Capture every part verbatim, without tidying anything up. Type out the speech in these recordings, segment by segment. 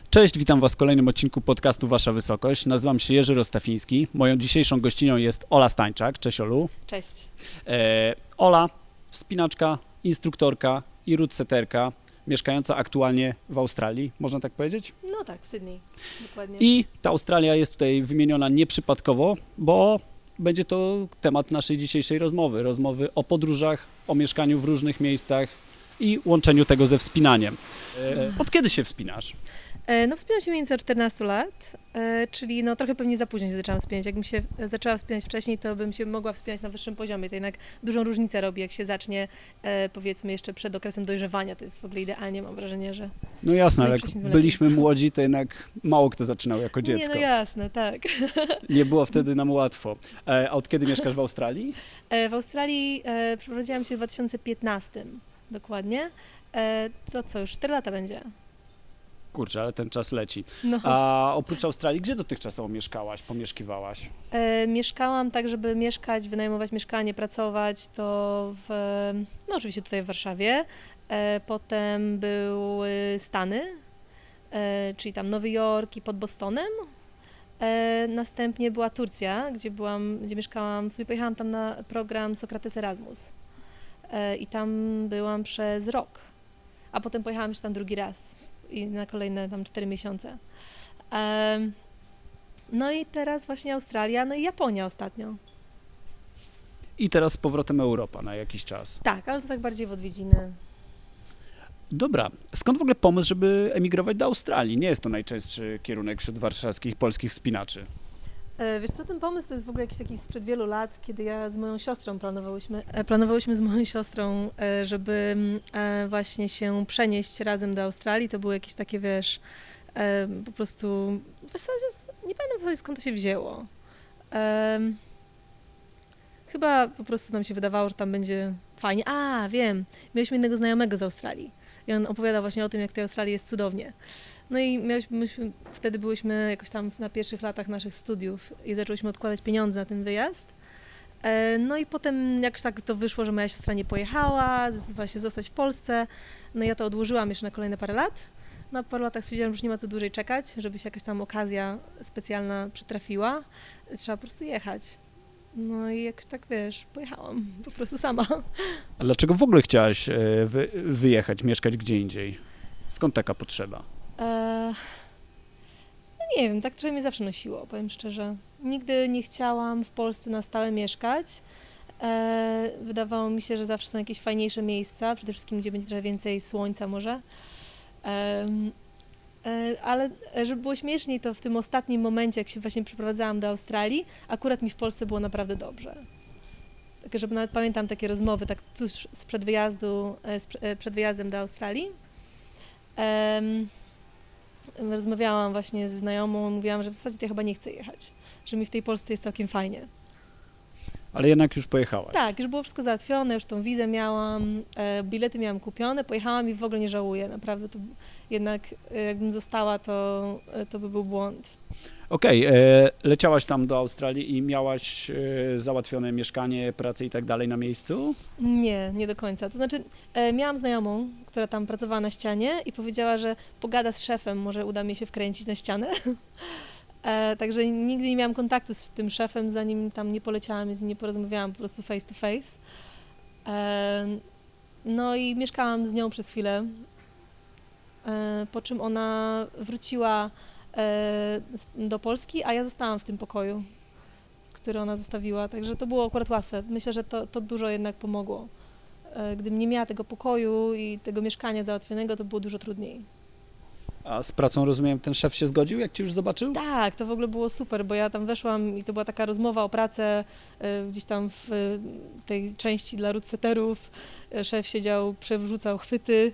Cześć, witam Was w kolejnym odcinku podcastu Wasza Wysokość. Nazywam się Jerzy Rostafiński. Moją dzisiejszą gościnią jest Ola Stańczak. Cześć, Olu. Cześć. E, Ola, wspinaczka, instruktorka i rootsetterka, mieszkająca aktualnie w Australii, można tak powiedzieć? No tak, w Sydney, dokładnie. I ta Australia jest tutaj wymieniona nieprzypadkowo, bo będzie to temat naszej dzisiejszej rozmowy. Rozmowy o podróżach, o mieszkaniu w różnych miejscach i łączeniu tego ze wspinaniem. E, od kiedy się wspinasz? No wspinam się mniej więcej od czternastu lat, czyli no trochę pewnie za późno się zaczęłam wspinać. Jakbym się zaczęła wspinać wcześniej, to bym się mogła wspinać na wyższym poziomie. To jednak dużą różnicę robi, jak się zacznie, powiedzmy, jeszcze przed okresem dojrzewania. To jest w ogóle idealnie, mam wrażenie, że... No jasne, ale jak byliśmy młodzi, to jednak mało kto zaczynał jako dziecko. Nie, no jasne, tak. Nie było wtedy nam łatwo. A od kiedy mieszkasz w Australii? W Australii przeprowadziłam się w dwa tysiące piętnastym, dokładnie. To co, już cztery lata będzie. Kurczę, ale ten czas leci. No. A oprócz Australii, gdzie dotychczasowo mieszkałaś, pomieszkiwałaś? E, mieszkałam tak, żeby mieszkać, wynajmować mieszkanie, pracować, to w, no oczywiście tutaj w Warszawie. E, potem były Stany, e, czyli tam Nowy Jork i pod Bostonem. E, następnie była Turcja, gdzie byłam, gdzie mieszkałam, w sumie pojechałam tam na program Sokrates Erasmus. E, I tam byłam przez rok, a potem pojechałam już tam drugi raz. I na kolejne tam cztery miesiące. Um, no i teraz właśnie Australia, no i Japonia ostatnio. I teraz z powrotem Europa na jakiś czas. Tak, ale to tak bardziej w odwiedziny. Dobra. Skąd w ogóle pomysł, żeby emigrować do Australii? Nie jest to najczęstszy kierunek wśród warszawskich polskich wspinaczy. E, wiesz co, ten pomysł to jest w ogóle jakiś taki sprzed wielu lat, kiedy ja z moją siostrą planowałyśmy, e, planowałyśmy z moją siostrą, e, żeby e, właśnie się przenieść razem do Australii. To były jakieś takie, wiesz, e, po prostu, w zasadzie, nie pamiętam w zasadzie skąd to się wzięło. E, chyba po prostu nam się wydawało, że tam będzie fajnie. A, wiem, mieliśmy jednego znajomego z Australii i on opowiadał właśnie o tym, jak w tej Australii jest cudownie. No i mieliśmy, myśmy, wtedy byłyśmy jakoś tam na pierwszych latach naszych studiów i zaczęłyśmy odkładać pieniądze na ten wyjazd. No i potem jakoś tak to wyszło, że moja siostra nie pojechała, zdecydowała się zostać w Polsce. No i ja to odłożyłam jeszcze na kolejne parę lat. No po paru latach stwierdziłam, że już nie ma co dłużej czekać, żeby się jakaś tam okazja specjalna przytrafiła. Trzeba po prostu jechać. No i jakoś tak, wiesz, pojechałam po prostu sama. A dlaczego w ogóle chciałaś wy, wyjechać, mieszkać gdzie indziej? Skąd taka potrzeba? Eee, no nie wiem, tak trochę mnie zawsze nosiło, powiem szczerze. Nigdy nie chciałam w Polsce na stałe mieszkać. Eee, wydawało mi się, że zawsze są jakieś fajniejsze miejsca, przede wszystkim gdzie będzie trochę więcej słońca może. Eee, e, ale żeby było śmieszniej, to w tym ostatnim momencie, jak się właśnie przeprowadzałam do Australii, akurat mi w Polsce było naprawdę dobrze. Tak, żeby nawet pamiętam takie rozmowy, tak tuż sprzed wyjazdu, przed wyjazdem do Australii. Eee, Rozmawiałam właśnie ze znajomą, mówiłam, że w zasadzie to ja chyba nie chcę jechać, że mi w tej Polsce jest całkiem fajnie. Ale jednak już pojechałaś. Tak, już było wszystko załatwione, już tą wizę miałam, e, bilety miałam kupione, pojechałam i w ogóle nie żałuję, naprawdę to jednak e, jakbym została, to, e, to by był błąd. Okej, okay, leciałaś tam do Australii i miałaś e, załatwione mieszkanie, pracę i tak dalej na miejscu? Nie, nie do końca. To znaczy e, miałam znajomą, która tam pracowała na ścianie i powiedziała, że pogada z szefem, może uda mi się wkręcić na ścianę. e, także nigdy nie miałam kontaktu z tym szefem, zanim tam nie poleciałam i z nim nie porozmawiałam po prostu face to face. E, no i mieszkałam z nią przez chwilę, e, po czym ona wróciła do Polski, a ja zostałam w tym pokoju, który ona zostawiła, także to było akurat łatwe. Myślę, że to, to dużo jednak pomogło. Gdybym nie miała tego pokoju i tego mieszkania załatwionego, to było dużo trudniej. A z pracą, rozumiem, ten szef się zgodził, jak cię już zobaczył? Tak, to w ogóle było super, bo ja tam weszłam i to była taka rozmowa o pracę gdzieś tam w tej części dla rootsetterów. Szef siedział, przewrzucał chwyty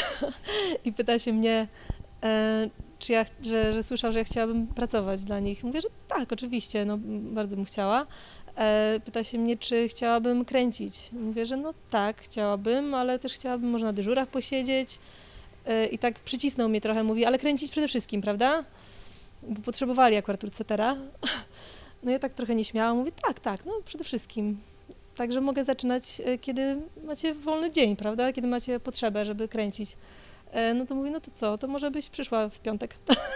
i pyta się mnie, czy ja, że, że słyszał, że ja chciałabym pracować dla nich. Mówię, że tak, oczywiście, no bardzo bym chciała. E, pyta się mnie, czy chciałabym kręcić. Mówię, że no tak, chciałabym, ale też chciałabym może na dyżurach posiedzieć. E, I tak przycisnął mnie trochę, mówi, ale kręcić przede wszystkim, prawda? Bo potrzebowali akurat rootsettera. No ja tak trochę nieśmiała, mówię, tak, tak, no przede wszystkim. Także mogę zaczynać, kiedy macie wolny dzień, prawda? Kiedy macie potrzebę, żeby kręcić. E, no to mówi, no to co, to może byś przyszła w piątek.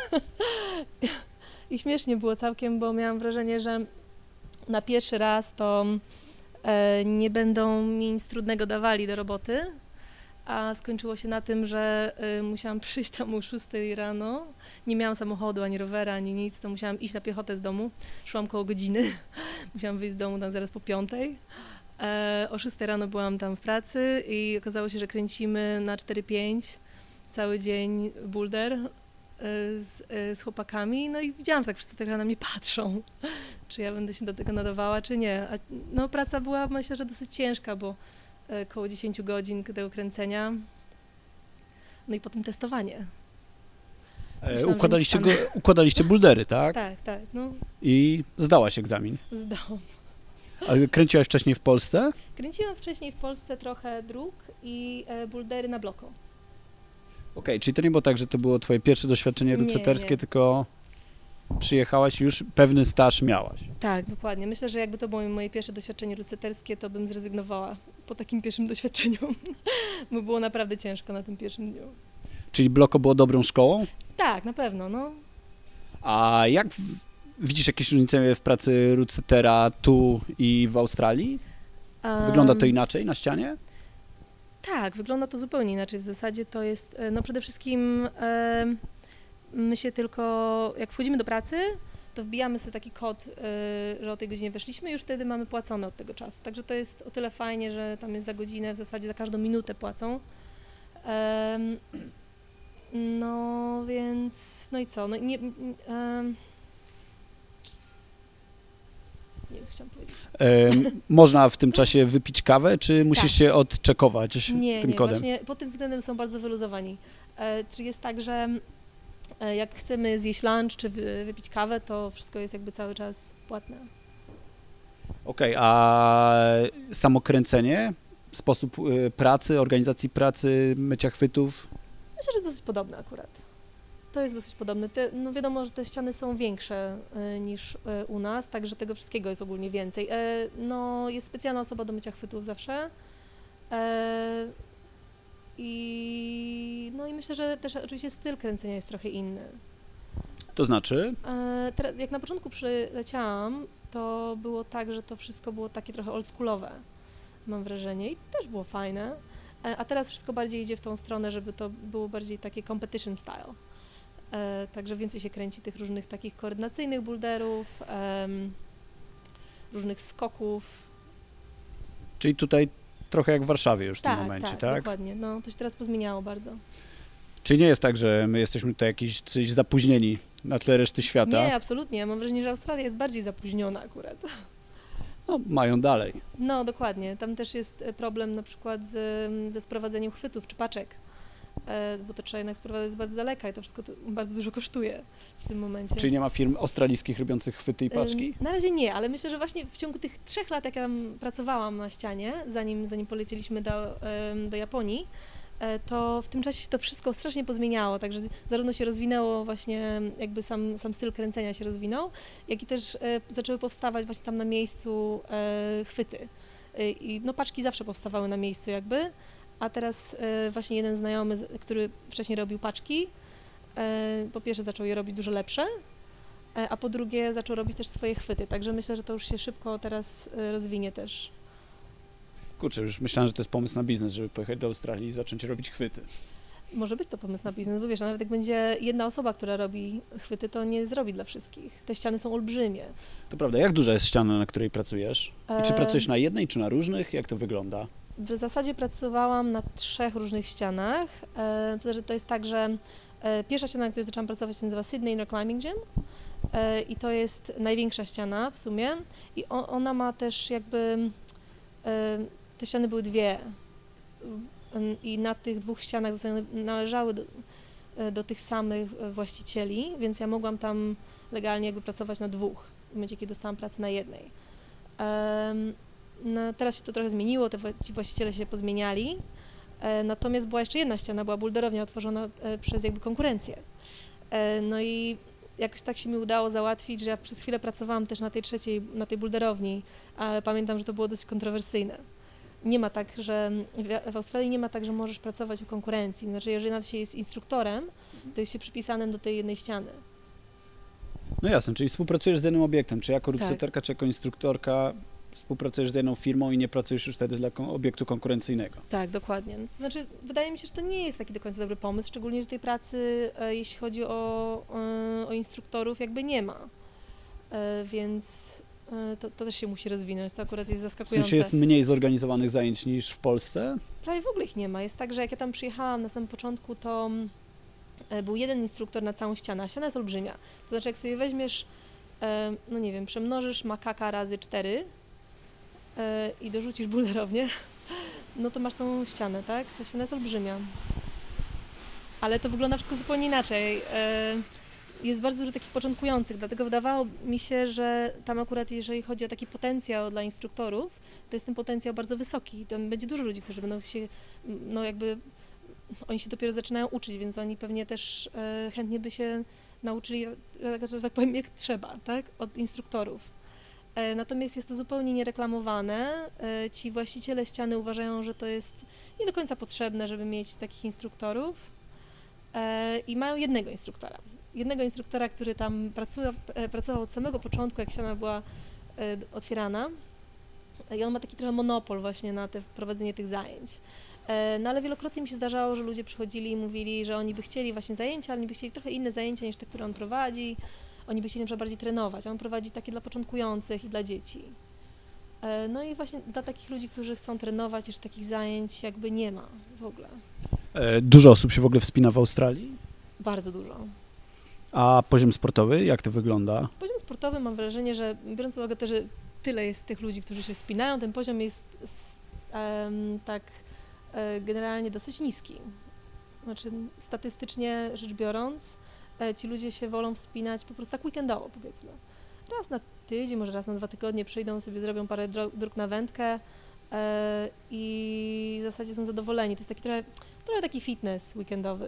I śmiesznie było całkiem, bo miałam wrażenie, że na pierwszy raz to e, nie będą mi nic trudnego dawali do roboty, a skończyło się na tym, że y, musiałam przyjść tam o szóstej rano. Nie miałam samochodu, ani rowera, ani nic, to musiałam iść na piechotę z domu. Szłam koło godziny, musiałam wyjść z domu tam zaraz po piątej. E, o szóstej rano byłam tam w pracy i okazało się, że kręcimy na cztery pięć cały dzień boulder y, z, y, z chłopakami. No i widziałam, że tak wszyscy tak na mnie patrzą, czy ja będę się do tego nadawała, czy nie. A, no praca była, myślę, że dosyć ciężka, bo około dziesięć godzin tego kręcenia, no i potem testowanie. Myślałam, układaliście, go, układaliście buldery, tak? Tak, tak. No. I zdałaś egzamin? Zdałam. A kręciłaś wcześniej w Polsce? Kręciłam wcześniej w Polsce trochę dróg i e, buldery na bloko. Okej, okay, czyli to nie było tak, że to było twoje pierwsze doświadczenie ruceterskie, nie, nie. tylko przyjechałaś i już pewny staż miałaś. Tak, dokładnie. Myślę, że jakby to było moje pierwsze doświadczenie ruceterskie, to bym zrezygnowała po takim pierwszym doświadczeniu, bo było naprawdę ciężko na tym pierwszym dniu. Czyli Bloko było dobrą szkołą? Tak, na pewno, no. A jak w, widzisz jakieś różnice w pracy rucetera tu i w Australii? Wygląda to inaczej na ścianie? Tak, wygląda to zupełnie inaczej. W zasadzie to jest, no przede wszystkim e, my się tylko, jak wchodzimy do pracy, to wbijamy sobie taki kod, że o tej godzinie weszliśmy i już wtedy mamy płacone od tego czasu. Także to jest o tyle fajnie, że tam jest za godzinę, w zasadzie za każdą minutę płacą. Um, no więc, no i co? No, nie, um, nie wiem, co chciałam powiedzieć. Um, można w tym czasie wypić kawę, czy musisz tak. się odczekować nie, tym nie, kodem? Nie, właśnie pod tym względem są bardzo wyluzowani. E, czy jest tak, że jak chcemy zjeść lunch czy wypić kawę, to wszystko jest jakby cały czas płatne. Okej, okay, a samokręcenie, sposób pracy, organizacji pracy, mycia chwytów? Myślę, że dosyć podobne akurat. To jest dosyć podobne. Te, no wiadomo, że te ściany są większe y, niż y, u nas, także tego wszystkiego jest ogólnie więcej. E, no, jest specjalna osoba do mycia chwytów zawsze. E, I, no i myślę, że też oczywiście styl kręcenia jest trochę inny. To znaczy? E, teraz, jak na początku przyleciałam, to było tak, że to wszystko było takie trochę oldschoolowe, mam wrażenie, i też było fajne. E, a teraz wszystko bardziej idzie w tą stronę, żeby to było bardziej takie competition style. E, także więcej się kręci tych różnych takich koordynacyjnych boulderów, e, różnych skoków. Czyli tutaj trochę jak w Warszawie już w tak, tym momencie, tak? Tak, dokładnie. No, to się teraz pozmieniało bardzo. Czyli nie jest tak, że my jesteśmy tutaj jakiś coś zapóźnieni na tle reszty świata? Nie, absolutnie. Ja mam wrażenie, że Australia jest bardziej zapóźniona akurat. No, mają dalej. No, dokładnie. Tam też jest problem na przykład z, ze sprowadzeniem chwytów czy paczek, e, bo to trzeba jednak sprowadzać z bardzo daleka i to wszystko to bardzo dużo kosztuje w tym momencie. Czyli nie ma firm australijskich robiących chwyty i paczki? E, na razie nie, ale myślę, że właśnie w ciągu tych trzech lat, jak ja tam pracowałam na ścianie, zanim, zanim polecieliśmy do, e, do Japonii, to w tym czasie się to wszystko strasznie pozmieniało, także zarówno się rozwinęło właśnie jakby sam, sam styl kręcenia się rozwinął, jak i też e, zaczęły powstawać właśnie tam na miejscu e, chwyty. E, I no paczki zawsze powstawały na miejscu jakby, a teraz e, właśnie jeden znajomy, który wcześniej robił paczki, e, po pierwsze zaczął je robić dużo lepsze, e, a po drugie zaczął robić też swoje chwyty, także myślę, że to już się szybko teraz e, rozwinie też. Kurczę, już myślałem, że to jest pomysł na biznes, żeby pojechać do Australii i zacząć robić chwyty. Może być to pomysł na biznes, bo wiesz, nawet jak będzie jedna osoba, która robi chwyty, to nie zrobi dla wszystkich. Te ściany są olbrzymie. To prawda. Jak duża jest ściana, na której pracujesz? I czy E... pracujesz na jednej, czy na różnych? Jak to wygląda? W zasadzie pracowałam na trzech różnych ścianach. E, to, że to jest tak, że e, pierwsza ściana, na której zaczęłam pracować, się nazywa Sydney Inner Climbing Gym. E, I to jest największa ściana w sumie. I on, ona ma też jakby... E, te ściany były dwie i na tych dwóch ścianach należały do, do tych samych właścicieli, więc ja mogłam tam legalnie jakby pracować na dwóch, w momencie, kiedy dostałam pracę na jednej. Um, no, teraz się to trochę zmieniło, te ci właściciele się pozmieniali, e, natomiast była jeszcze jedna ściana, była bulderownia otworzona e, przez jakby konkurencję. E, no i jakoś tak się mi udało załatwić, że ja przez chwilę pracowałam też na tej trzeciej, na tej bulderowni, ale pamiętam, że to było dość kontrowersyjne. nie ma tak, że w Australii nie ma tak, że możesz pracować w konkurencji. Znaczy, jeżeli nawet się jest instruktorem, to jest się przypisanym do tej jednej ściany. No jasne, czyli współpracujesz z jednym obiektem, czy jako Tak. rukseterka, czy jako instruktorka współpracujesz z jedną firmą i nie pracujesz już wtedy dla kon- obiektu konkurencyjnego. Tak, dokładnie. To znaczy, wydaje mi się, że to nie jest taki do końca dobry pomysł, szczególnie, że tej pracy, e, jeśli chodzi o, e, o instruktorów, jakby nie ma. E, więc e, to, to też się musi rozwinąć, to akurat jest W zaskakujące. sensie jest mniej zorganizowanych zajęć niż w Polsce? Prawie w ogóle ich nie ma. Jest tak, że jak ja tam przyjechałam na samym początku, to e, był jeden instruktor na całą ścianę, a ściana jest olbrzymia. To znaczy, jak sobie weźmiesz, e, no nie wiem, przemnożysz makaka razy cztery e, i dorzucisz bulderownię, no to masz tą ścianę, tak? Ta ściana jest olbrzymia. Ale to wygląda wszystko zupełnie inaczej. E, Jest bardzo dużo takich początkujących, dlatego wydawało mi się, że tam akurat jeżeli chodzi o taki potencjał dla instruktorów, to jest ten potencjał bardzo wysoki. Tam będzie dużo ludzi, którzy będą się, no jakby, oni się dopiero zaczynają uczyć, więc oni pewnie też e, chętnie by się nauczyli, że, że tak powiem, jak trzeba, tak? Od instruktorów. E, natomiast jest to zupełnie niereklamowane. E, ci właściciele ściany uważają, że to jest nie do końca potrzebne, żeby mieć takich instruktorów e, i mają jednego instruktora. Jednego instruktora, który tam pracuje, e, pracował od samego początku, jak ściana była e, otwierana. I on ma taki trochę monopol właśnie na te prowadzenie tych zajęć. E, no ale wielokrotnie mi się zdarzało, że ludzie przychodzili i mówili, że oni by chcieli właśnie zajęcia, ale oni by chcieli trochę inne zajęcia niż te, które on prowadzi. Oni by chcieli na przykład bardziej trenować, a on prowadzi takie dla początkujących i dla dzieci. E, no i właśnie dla takich ludzi, którzy chcą trenować, jeszcze takich zajęć jakby nie ma w ogóle. E, Dużo osób się w ogóle wspina w Australii, Bardzo dużo. a poziom sportowy, jak to wygląda? Poziom sportowy mam wrażenie, że biorąc pod uwagę to, że tyle jest tych ludzi, którzy się wspinają, ten poziom jest s- em, tak e, generalnie dosyć niski. Znaczy statystycznie rzecz biorąc, e, ci ludzie się wolą wspinać po prostu tak weekendowo, powiedzmy. Raz na tydzień, może raz na dwa tygodnie przyjdą sobie, zrobią parę dro- dróg na wędkę e, i w zasadzie są zadowoleni. To jest taki trochę, trochę taki fitness weekendowy.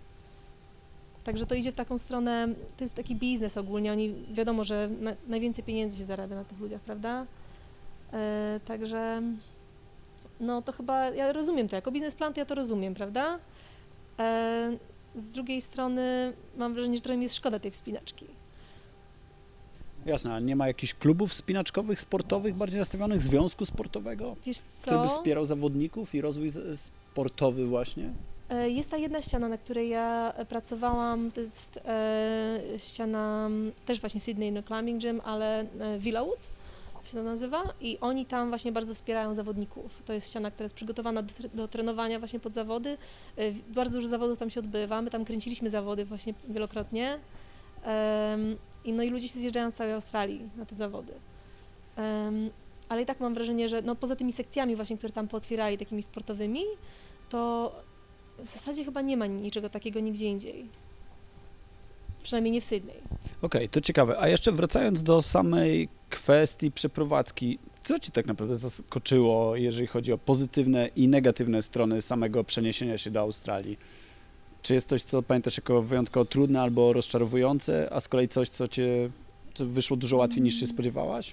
Także to idzie w taką stronę, to jest taki biznes ogólnie, oni wiadomo, że na, najwięcej pieniędzy się zarabia na tych ludziach, prawda? E, także no to chyba, ja rozumiem to, jako biznesplan to ja to rozumiem, prawda? E, z drugiej strony mam wrażenie, że trochę mi jest szkoda tej wspinaczki. Jasne, a nie ma jakichś klubów wspinaczkowych, sportowych, bardziej nastawionych, związku sportowego, Wiesz który by co? wspierał zawodników i rozwój z- sportowy właśnie? E, Jest ta jedna ściana, na której ja e, pracowałam, to jest e, ściana m, też właśnie Sydney No Climbing Gym, ale e, Villawood się to nazywa i oni tam właśnie bardzo wspierają zawodników. To jest ściana, która jest przygotowana do, tre- do trenowania właśnie pod zawody. E, w- bardzo dużo zawodów tam się odbywa, my tam kręciliśmy zawody właśnie wielokrotnie. Em, i no i ludzie się zjeżdżają z całej Australii na te zawody. Em, ale i tak mam wrażenie, że no poza tymi sekcjami właśnie, które tam pootwierali takimi sportowymi, to w zasadzie chyba nie ma niczego takiego nigdzie indziej. Przynajmniej nie w Sydney. Okej, to ciekawe. A jeszcze wracając do samej kwestii przeprowadzki, co Ci tak naprawdę zaskoczyło, jeżeli chodzi o pozytywne i negatywne strony samego przeniesienia się do Australii? Czy jest coś, co pamiętasz jako wyjątkowo trudne albo rozczarowujące, a z kolei coś, co Cię co wyszło dużo łatwiej niż się spodziewałaś?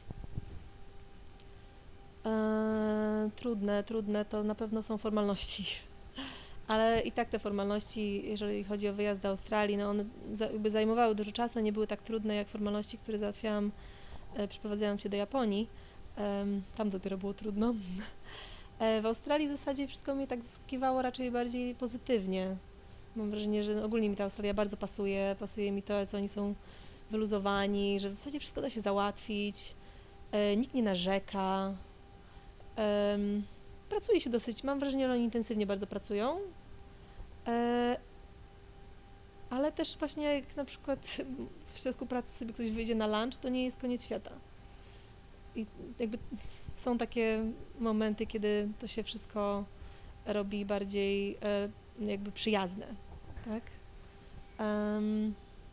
Eee, trudne, trudne to na pewno są formalności. Ale i tak te formalności, jeżeli chodzi o wyjazd do Australii, no one za, jakby zajmowały dużo czasu, nie były tak trudne jak formalności, które załatwiałam e, przeprowadzając się do Japonii. Em, tam dopiero było trudno. E, w Australii w zasadzie wszystko mnie tak skiwało raczej bardziej pozytywnie. Mam wrażenie, że ogólnie mi ta Australia bardzo pasuje, pasuje mi to, co oni są wyluzowani, że w zasadzie wszystko da się załatwić, e, nikt nie narzeka. Em, pracuje się dosyć, mam wrażenie, że oni intensywnie bardzo pracują, e, ale też właśnie jak na przykład w środku pracy sobie ktoś wyjdzie na lunch, to nie jest koniec świata. I jakby są takie momenty, kiedy to się wszystko robi bardziej e, jakby przyjazne, tak? Em,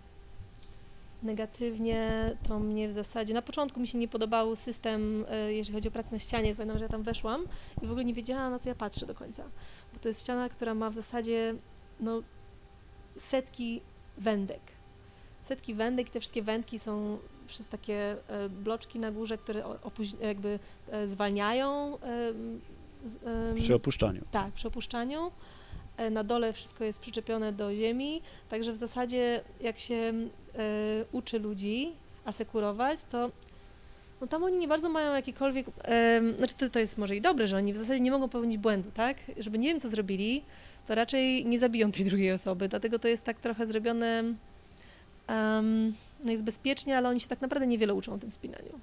negatywnie to mnie w zasadzie, na początku mi się nie podobał system, e, jeżeli chodzi o pracę na ścianie, pamiętam, że ja tam weszłam i w ogóle nie wiedziałam, na co ja patrzę do końca, bo to jest ściana, która ma w zasadzie no, setki wędek. Setki wędek i te wszystkie wędki są przez takie e, bloczki na górze, które o- opóź- jakby e, zwalniają e, Z, em, Przy opuszczaniu. Tak, przy opuszczaniu. E, Na dole wszystko jest przyczepione do ziemi, także w zasadzie jak się e, uczy ludzi asekurować, to no tam oni nie bardzo mają jakikolwiek, e, znaczy to, to jest może i dobre, że oni w zasadzie nie mogą popełnić błędu, tak? Żeby nie wiem, co zrobili, to raczej nie zabiją tej drugiej osoby, dlatego to jest tak trochę zrobione, um, no jest bezpiecznie, ale oni się tak naprawdę niewiele uczą o tym spinaniu.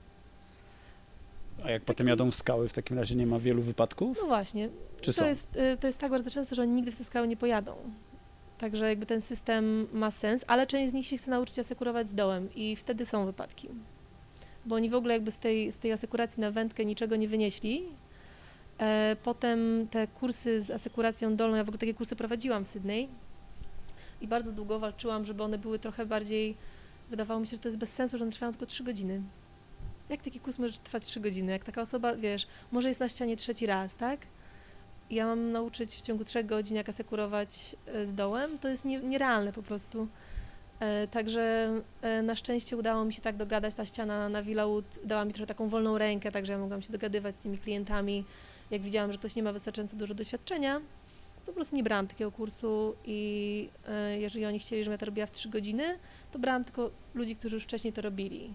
A jak potem jadą w skały, w takim razie nie ma wielu wypadków? No właśnie, Czy to są? jest, y, to jest tak bardzo często, że oni nigdy w te skały nie pojadą. Także jakby ten system ma sens, ale część z nich się chce nauczyć asekurować z dołem i wtedy są wypadki. Bo oni w ogóle jakby z tej, z tej asekuracji na wędkę niczego nie wynieśli. E, potem te kursy z asekuracją dolną, ja w ogóle takie kursy prowadziłam w Sydney i bardzo długo walczyłam, żeby one były trochę bardziej, wydawało mi się, że to jest bez sensu, że one trwają tylko trzy godziny. Jak taki kurs może trwać trzy godziny? Jak taka osoba, wiesz, może jest na ścianie trzeci raz, tak? I ja mam nauczyć w ciągu trzech godzin, jak asekurować e, z dołem, to jest nie, nierealne po prostu. E, także e, na szczęście udało mi się tak dogadać, ta ściana na Villawood dała mi trochę taką wolną rękę, także ja mogłam się dogadywać z tymi klientami. Jak widziałam, że ktoś nie ma wystarczająco dużo doświadczenia, to po prostu nie brałam takiego kursu i e, jeżeli oni chcieli, żebym ja to robiła w trzy godziny, to brałam tylko ludzi, którzy już wcześniej to robili.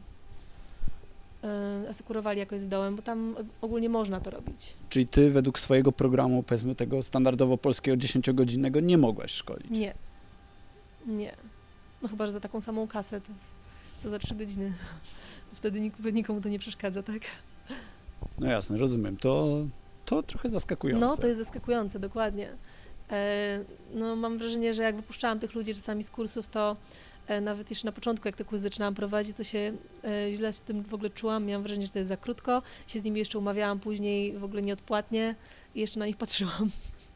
E, asekurowali jakoś z dołem, bo tam ogólnie można to robić. Czyli ty według swojego programu, powiedzmy tego standardowo polskiego dziesięciogodzinnego, nie mogłaś szkolić? Nie. Nie. No chyba, że za taką samą kasę, to co za trzy godziny. Wtedy nikt, nikomu to nie przeszkadza, tak? No jasne, rozumiem. To, to trochę zaskakujące. No, to jest zaskakujące, dokładnie. E, no mam wrażenie, że jak wypuszczałam tych ludzi czasami z kursów, to e, nawet jeszcze na początku, jak te kursy zaczynałam prowadzić, to się e, źle z tym w ogóle czułam. Miałam wrażenie, że to jest za krótko. Się z nimi jeszcze umawiałam później w ogóle nieodpłatnie i jeszcze na nich patrzyłam.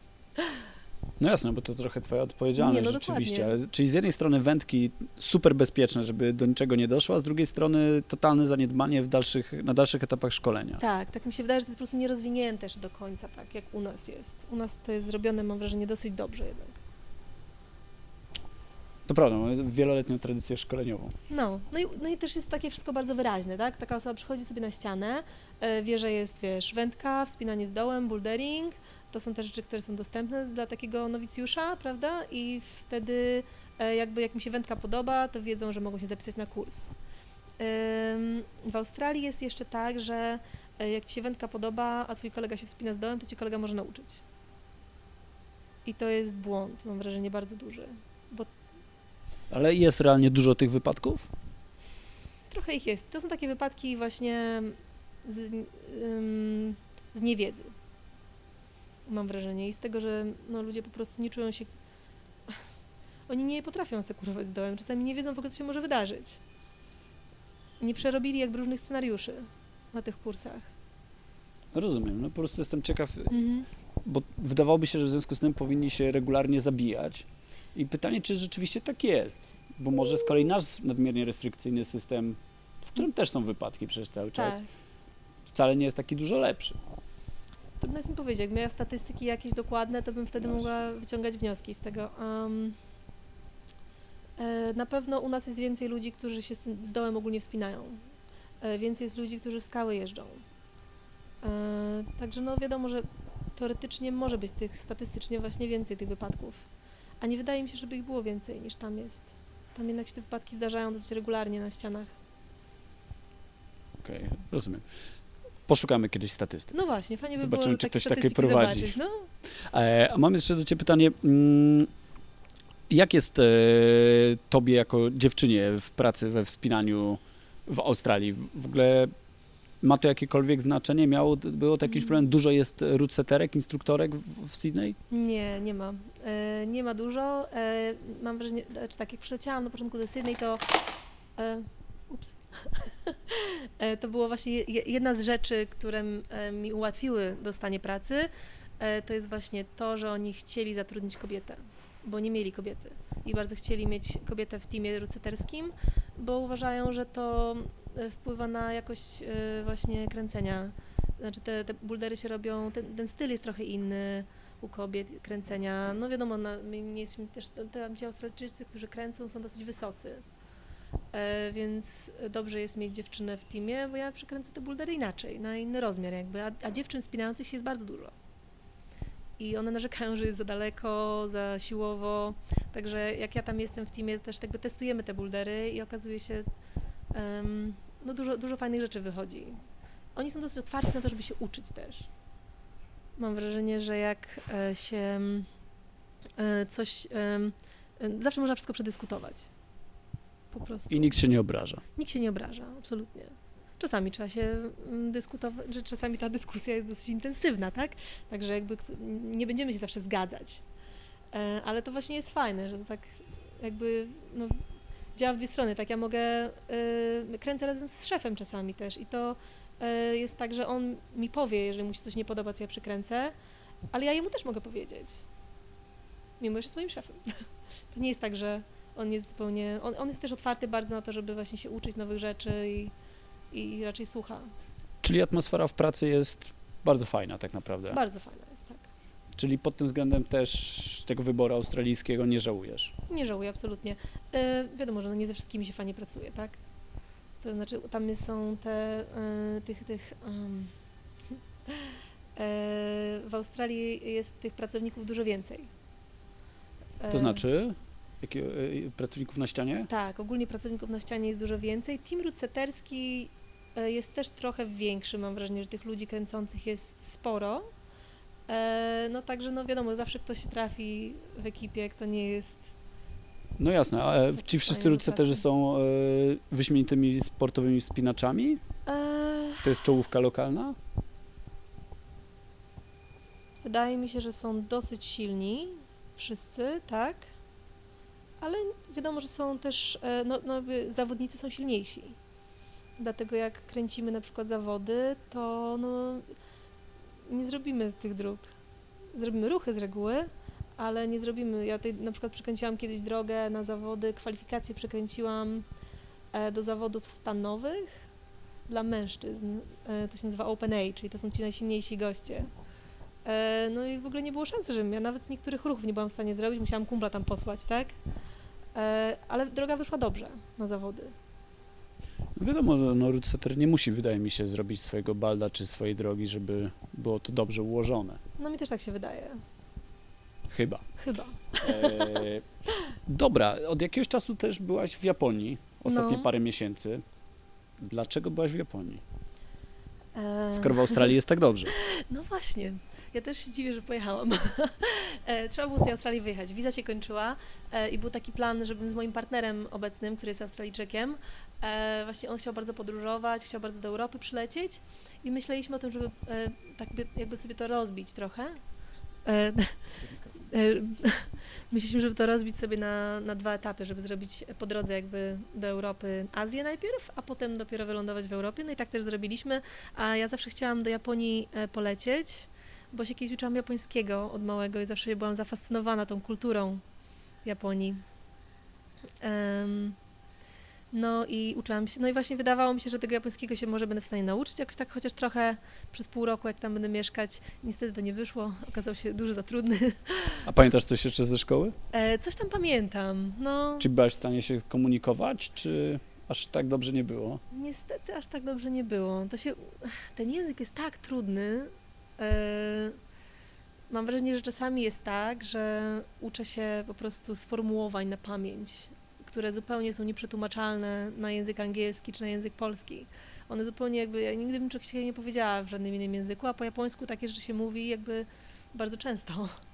No jasne, bo to trochę twoja odpowiedzialność Nie, no rzeczywiście. dokładnie. Ale, czyli z jednej strony wędki super bezpieczne, żeby do niczego nie doszło, a z drugiej strony totalne zaniedbanie w dalszych, na dalszych etapach szkolenia. Tak, tak mi się wydaje, że to jest po prostu nierozwinięte jeszcze do końca, tak jak u nas jest. U nas to jest zrobione, mam wrażenie, dosyć dobrze jednak. To prawda, mamy wieloletnią tradycję szkoleniową. No, no i, no i też jest takie wszystko bardzo wyraźne, tak? Taka osoba przychodzi sobie na ścianę, e, wie, że jest, wiesz, wędka, wspinanie z dołem, bouldering, to są te rzeczy, które są dostępne dla takiego nowicjusza, prawda? I wtedy e, jakby jak mi się wędka podoba, to wiedzą, że mogą się zapisać na kurs. Ym, w Australii jest jeszcze tak, że e, jak ci się wędka podoba, a twój kolega się wspina z dołem, to cię kolega może nauczyć. I to jest błąd, mam wrażenie, bardzo duży, bo Ale jest realnie dużo tych wypadków? trochę ich jest. To są takie wypadki właśnie z, ym, z niewiedzy, mam wrażenie. I z tego, że no, ludzie po prostu nie czują się... Oni nie potrafią asekurować z dołem. Czasami nie wiedzą w ogóle, co się może wydarzyć. Nie przerobili jakby różnych scenariuszy na tych kursach. Rozumiem, no po prostu jestem ciekaw, Mhm. bo wydawałoby się, że w związku z tym powinni się regularnie zabijać. I pytanie, czy rzeczywiście tak jest? Bo może z kolei nasz nadmiernie restrykcyjny system, w którym też są wypadki przez cały czas, Tak. wcale nie jest taki dużo lepszy. Trudno jest mi powiedzieć. Jak miała statystyki jakieś dokładne, to bym wtedy No mogła wyciągać wnioski z tego. Um, e, na pewno u nas jest więcej ludzi, którzy się z, z dołem ogólnie wspinają. E, więcej jest ludzi, którzy w skały jeżdżą. E, także no wiadomo, że teoretycznie może być tych statystycznie właśnie więcej tych wypadków. A nie wydaje mi się, żeby ich było więcej niż tam jest. Tam jednak się te wypadki zdarzają dosyć regularnie na ścianach. Okej, rozumiem. Poszukamy kiedyś statystyk. No właśnie, fajnie by Zobaczymy, było czy takie ktoś takie statystyki prowadzi. zobaczyć. No. E, a mam jeszcze do Ciebie pytanie. Mm, jak jest e, Tobie jako dziewczynie w pracy we wspinaniu w Australii? W, w ogóle ma to jakiekolwiek znaczenie? Miało, było to jakiś Mhm. problem? Dużo jest rootsetterek, instruktorek w, w Sydney? Nie, nie ma. E, nie ma dużo. E, mam wrażenie, znaczy tak jak przyleciałam na początku do Sydney, to e, ups. e, to było właśnie je, jedna z rzeczy, które m, e, mi ułatwiły dostanie pracy, e, to jest właśnie to, że oni chcieli zatrudnić kobietę, bo nie mieli kobiety i bardzo chcieli mieć kobietę w teamie rootsetterskim, bo uważają, że to e, wpływa na jakość e, właśnie kręcenia. Znaczy te, te bouldery się robią, ten, ten styl jest trochę inny u kobiet, kręcenia. No wiadomo, na, my nie jesteśmy też, tam ci Australijczycy, którzy kręcą, są dosyć wysocy. E, więc dobrze jest mieć dziewczynę w teamie, bo ja przekręcę te bouldery inaczej, na inny rozmiar jakby, a, a dziewczyn spinających się jest bardzo dużo. i one narzekają, że jest za daleko, za siłowo, także jak ja tam jestem w teamie, też jakby testujemy te bouldery i okazuje się, um, no dużo, dużo fajnych rzeczy wychodzi. Oni są dosyć otwarci na to, żeby się uczyć też. Mam wrażenie, że jak e, się e, coś, e, zawsze można wszystko przedyskutować. Po prostu. I nikt się nie obraża. Nikt się nie obraża, absolutnie. Czasami trzeba się dyskutować, że czasami ta dyskusja jest dosyć intensywna, tak? Także jakby nie będziemy się zawsze zgadzać. E, ale to właśnie jest fajne, że to tak jakby no, działa w dwie strony. Tak ja mogę, y, kręcę razem z szefem czasami też i to y, jest tak, że on mi powie, jeżeli mu się coś nie podoba, co ja przykręcę, ale ja jemu też mogę powiedzieć. Mimo, że jest moim szefem. To nie jest tak, że on jest zupełnie, on, on jest też otwarty bardzo na to, żeby właśnie się uczyć nowych rzeczy i, i raczej słucha. Czyli atmosfera w pracy jest bardzo fajna tak naprawdę. Bardzo fajna jest, tak. Czyli pod tym względem też tego wyboru australijskiego nie żałujesz? Nie żałuję, absolutnie. E, wiadomo, że no nie ze wszystkimi się fajnie pracuje, tak? To znaczy tam są te, e, tych, tych um, e, w Australii jest tych pracowników dużo więcej. E, To znaczy? Jakie, e, pracowników na ścianie? Tak, ogólnie pracowników na ścianie jest dużo więcej. Team ruceterski e, jest też trochę większy, mam wrażenie, że tych ludzi kręcących jest sporo. E, no także, no wiadomo, zawsze ktoś się trafi w ekipie, kto nie jest... No jasne, a e, ci wszyscy ruceterzy są e, wyśmienitymi sportowymi wspinaczami? E, To jest czołówka lokalna? Wydaje mi się, że są dosyć silni, wszyscy, tak, ale wiadomo, że są też, e, no, no jakby zawodnicy są silniejsi. Dlatego jak kręcimy na przykład zawody, to no, nie zrobimy tych dróg. Zrobimy ruchy z reguły, ale nie zrobimy. Ja tutaj na przykład przekręciłam kiedyś drogę na zawody, kwalifikacje przekręciłam e, do zawodów stanowych dla mężczyzn. E, to się nazywa Open A, czyli to są ci najsilniejsi goście. E, no i w ogóle nie było szansy, żebym ja nawet niektórych ruchów nie byłam w stanie zrobić, musiałam kumpla tam posłać, tak? E, ale droga wyszła dobrze na zawody. No wiadomo, no ruceter nie musi, wydaje mi się, zrobić swojego balda czy swojej drogi, żeby było to dobrze ułożone. No mi też tak się wydaje. Chyba. Chyba. E, dobra, od jakiegoś czasu też byłaś w Japonii, ostatnie No. parę miesięcy. Dlaczego byłaś w Japonii? E, Skoro w Australii jest tak dobrze. No właśnie. Ja też się dziwię, że pojechałam. E, Trzeba było z tej Australii wyjechać. Wiza się kończyła e, i był taki plan, żebym z moim partnerem obecnym, który jest Australijczykiem, e, właśnie on chciał bardzo podróżować, chciał bardzo do Europy przylecieć i myśleliśmy o tym, żeby e, tak by, jakby sobie to rozbić trochę. E, e, Myśleliśmy, żeby to rozbić sobie na, na dwa etapy, żeby zrobić po drodze jakby do Europy Azję najpierw, a potem dopiero wylądować w Europie. No i tak też zrobiliśmy, a ja zawsze chciałam do Japonii e, polecieć, bo się kiedyś uczyłam japońskiego od małego i zawsze byłam zafascynowana tą kulturą Japonii. Um, no i uczyłam się, no i właśnie wydawało mi się, że tego japońskiego się może będę w stanie nauczyć jakoś tak, chociaż trochę przez pół roku, jak tam będę mieszkać, niestety to nie wyszło, okazał się dużo za trudny. A pamiętasz coś jeszcze ze szkoły? E, coś tam pamiętam, no Czy byłaś w stanie się komunikować, czy aż tak dobrze nie było? niestety aż tak dobrze nie było. To się, ten język jest tak trudny. E, mam wrażenie, że czasami jest tak, że uczę się po prostu sformułowań na pamięć, które zupełnie są nieprzetłumaczalne na język angielski czy na język polski. One zupełnie jakby, ja nigdy bym czegoś takiego nie powiedziała w żadnym innym języku, a po japońsku takie rzeczy się mówi jakby bardzo często.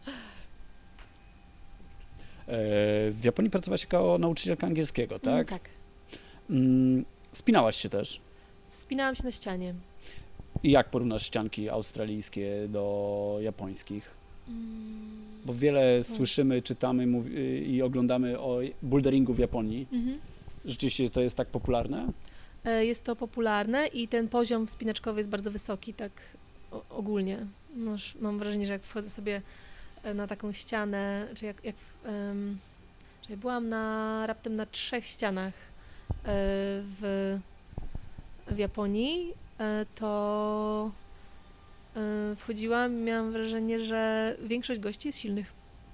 E, w Japonii pracowałaś jako nauczycielka angielskiego, tak? Mm, tak. Mm, Wspinałaś się też. Wspinałam się na ścianie. I jak porównasz ścianki australijskie do japońskich? Mm. Bo wiele Co? słyszymy, czytamy mówi, i oglądamy o boulderingu w Japonii. Mhm. Rzeczywiście to jest tak popularne? E, Jest to popularne i ten poziom wspinaczkowy jest bardzo wysoki, tak o, ogólnie. Masz, mam wrażenie, że jak wchodzę sobie e, na taką ścianę, czy jak, jak um, że ja byłam na, raptem na trzech ścianach e, w, w Japonii, e, to e, wchodziłam i miałam wrażenie, że większość gości jest silnych.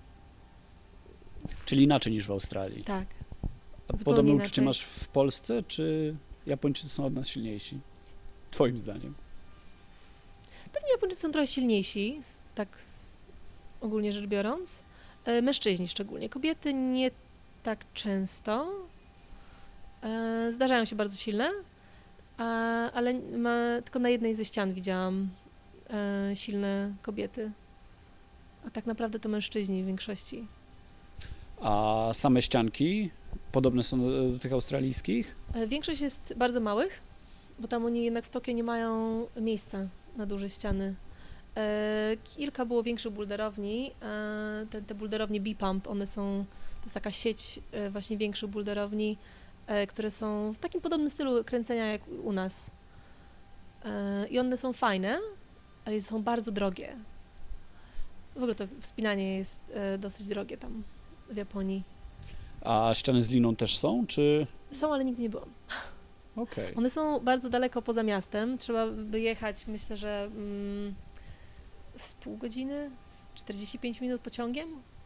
Czyli inaczej niż w Australii. Tak. A zupełnie podobne inaczej. uczucie masz w Polsce, czy Japończycy są od nas silniejsi? Twoim zdaniem? Pewnie Japończycy są trochę silniejsi, s- tak, s- ogólnie rzecz biorąc. E, mężczyźni szczególnie. Kobiety nie tak często. E, zdarzają się bardzo silne, a, ale ma, tylko na jednej ze ścian widziałam e, silne kobiety. A tak naprawdę to mężczyźni w większości. A same ścianki podobne są do tych australijskich? E, większość jest bardzo małych, bo tam oni jednak w Tokio nie mają miejsca na duże ściany. E, kilka było większych bulderowni, e, te, te bulderownie B-Pump, one są, to jest taka sieć e, właśnie większych bulderowni, e, które są w takim podobnym stylu kręcenia jak u nas. E, I one są fajne, ale są bardzo drogie. W ogóle to wspinanie jest e, dosyć drogie tam w Japonii. A ściany z liną też są, czy? Są, ale nigdy nie byłam. Okej. One są bardzo daleko poza miastem. Trzeba by jechać, myślę, że mm, z pół godziny, z czterdzieści pięć minut pociągiem.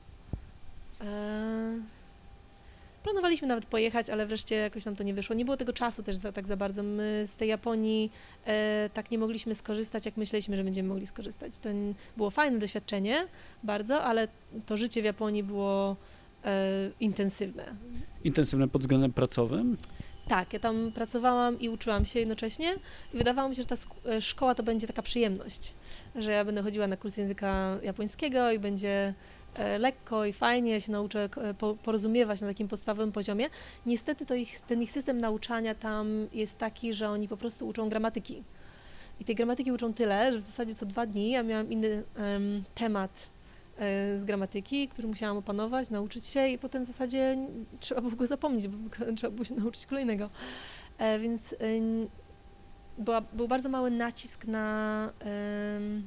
E, planowaliśmy nawet pojechać, ale wreszcie jakoś nam to nie wyszło. Nie było tego czasu też za, tak za bardzo. My z tej Japonii e, tak nie mogliśmy skorzystać, jak myśleliśmy, że będziemy mogli skorzystać. To n- było fajne doświadczenie, bardzo, ale to życie w Japonii było e, intensywne. Intensywne pod względem pracowym? Tak, ja tam pracowałam i uczyłam się jednocześnie i wydawało mi się, że ta sk- e, szkoła to będzie taka przyjemność, że ja będę chodziła na kurs języka japońskiego i będzie e, lekko i fajnie, ja się nauczę e, po, porozumiewać na takim podstawowym poziomie. Niestety to ich, ten ich system nauczania tam jest taki, że oni po prostu uczą gramatyki. I tej gramatyki uczą tyle, że w zasadzie co dwa dni ja miałam inny em, temat e, z gramatyki, który musiałam opanować, nauczyć się i potem w zasadzie n- trzeba było go zapomnieć, bo trzeba było się nauczyć kolejnego. E, więc e, n- była, był bardzo mały nacisk na, em,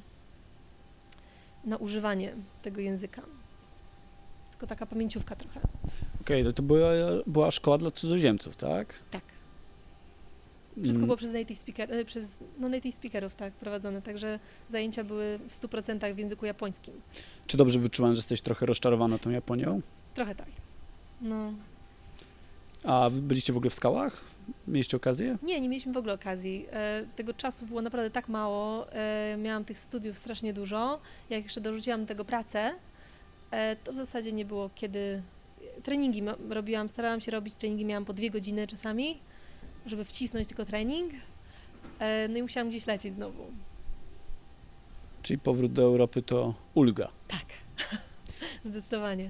na używanie tego języka. Tylko taka pamięciówka trochę. Okej, to, to była, była szkoła dla cudzoziemców, tak? Tak. Wszystko Mm. było przez native, speaker, e, przez no native speakerów tak, prowadzone, także zajęcia były w stu procentach w języku japońskim. Czy dobrze wyczułem, że jesteś trochę rozczarowana tą Japonią? Trochę tak. No. A wy byliście w ogóle w skałach? Mieliście okazję? Nie, nie mieliśmy w ogóle okazji. E, tego czasu było naprawdę tak mało. E, miałam tych studiów strasznie dużo. Jak jeszcze dorzuciłam do tego pracę, e, to w zasadzie nie było kiedy... Treningi ma- robiłam, starałam się robić treningi, miałam po dwie godziny czasami, żeby wcisnąć tylko trening. E, no i musiałam gdzieś lecieć znowu. Czyli powrót do Europy to ulga. Tak, zdecydowanie.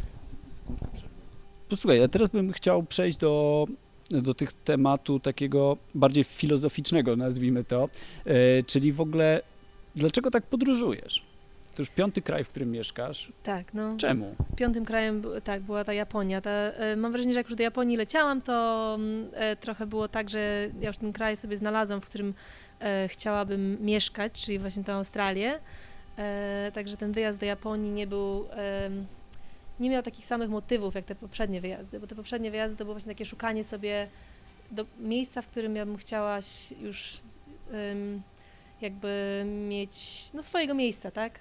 Posłuchaj, ja teraz bym chciał przejść do, do tych tematu takiego bardziej filozoficznego, nazwijmy to, e, czyli w ogóle dlaczego tak podróżujesz? To już piąty kraj, w którym mieszkasz. Tak, no. Czemu? Piątym krajem był- tak, była ta Japonia. Ta, e, mam wrażenie, że jak już do Japonii leciałam, to mm, e, trochę było tak, że ja już ten kraj sobie znalazłam, w którym e, chciałabym mieszkać, czyli właśnie tę Australię. E, także ten wyjazd do Japonii nie był, em, nie miał takich samych motywów jak te poprzednie wyjazdy, bo te poprzednie wyjazdy to było właśnie takie szukanie sobie do miejsca, w którym ja bym chciała ś- już z- em, jakby mieć no, swojego miejsca, tak?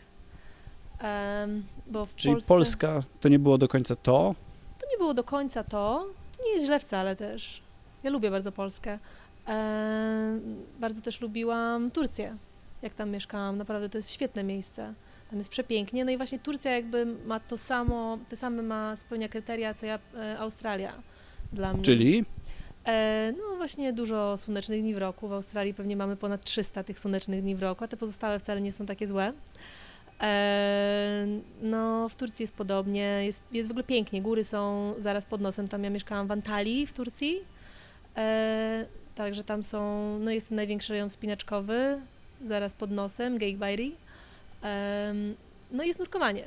Em, bo w Czyli Polsce Polska to nie było do końca to. to nie było do końca to. To nie jest źle wcale też. Ja lubię bardzo Polskę. Em, bardzo też lubiłam Turcję, jak tam mieszkałam. Naprawdę to jest świetne miejsce. Tam jest przepięknie. No i właśnie Turcja jakby ma to samo, te same ma, spełnia kryteria, co ja, e, Australia dla mnie. Czyli E, no właśnie dużo słonecznych dni w roku. W Australii pewnie mamy ponad trzysta tych słonecznych dni w roku, a te pozostałe wcale nie są takie złe. E, no w Turcji jest podobnie, jest, jest w ogóle pięknie, góry są zaraz pod nosem, tam ja mieszkałam w Antalii w Turcji, e, także tam są, no jest ten największy rejon wspinaczkowy, zaraz pod nosem, Geyikbayri, e, no i jest nurkowanie.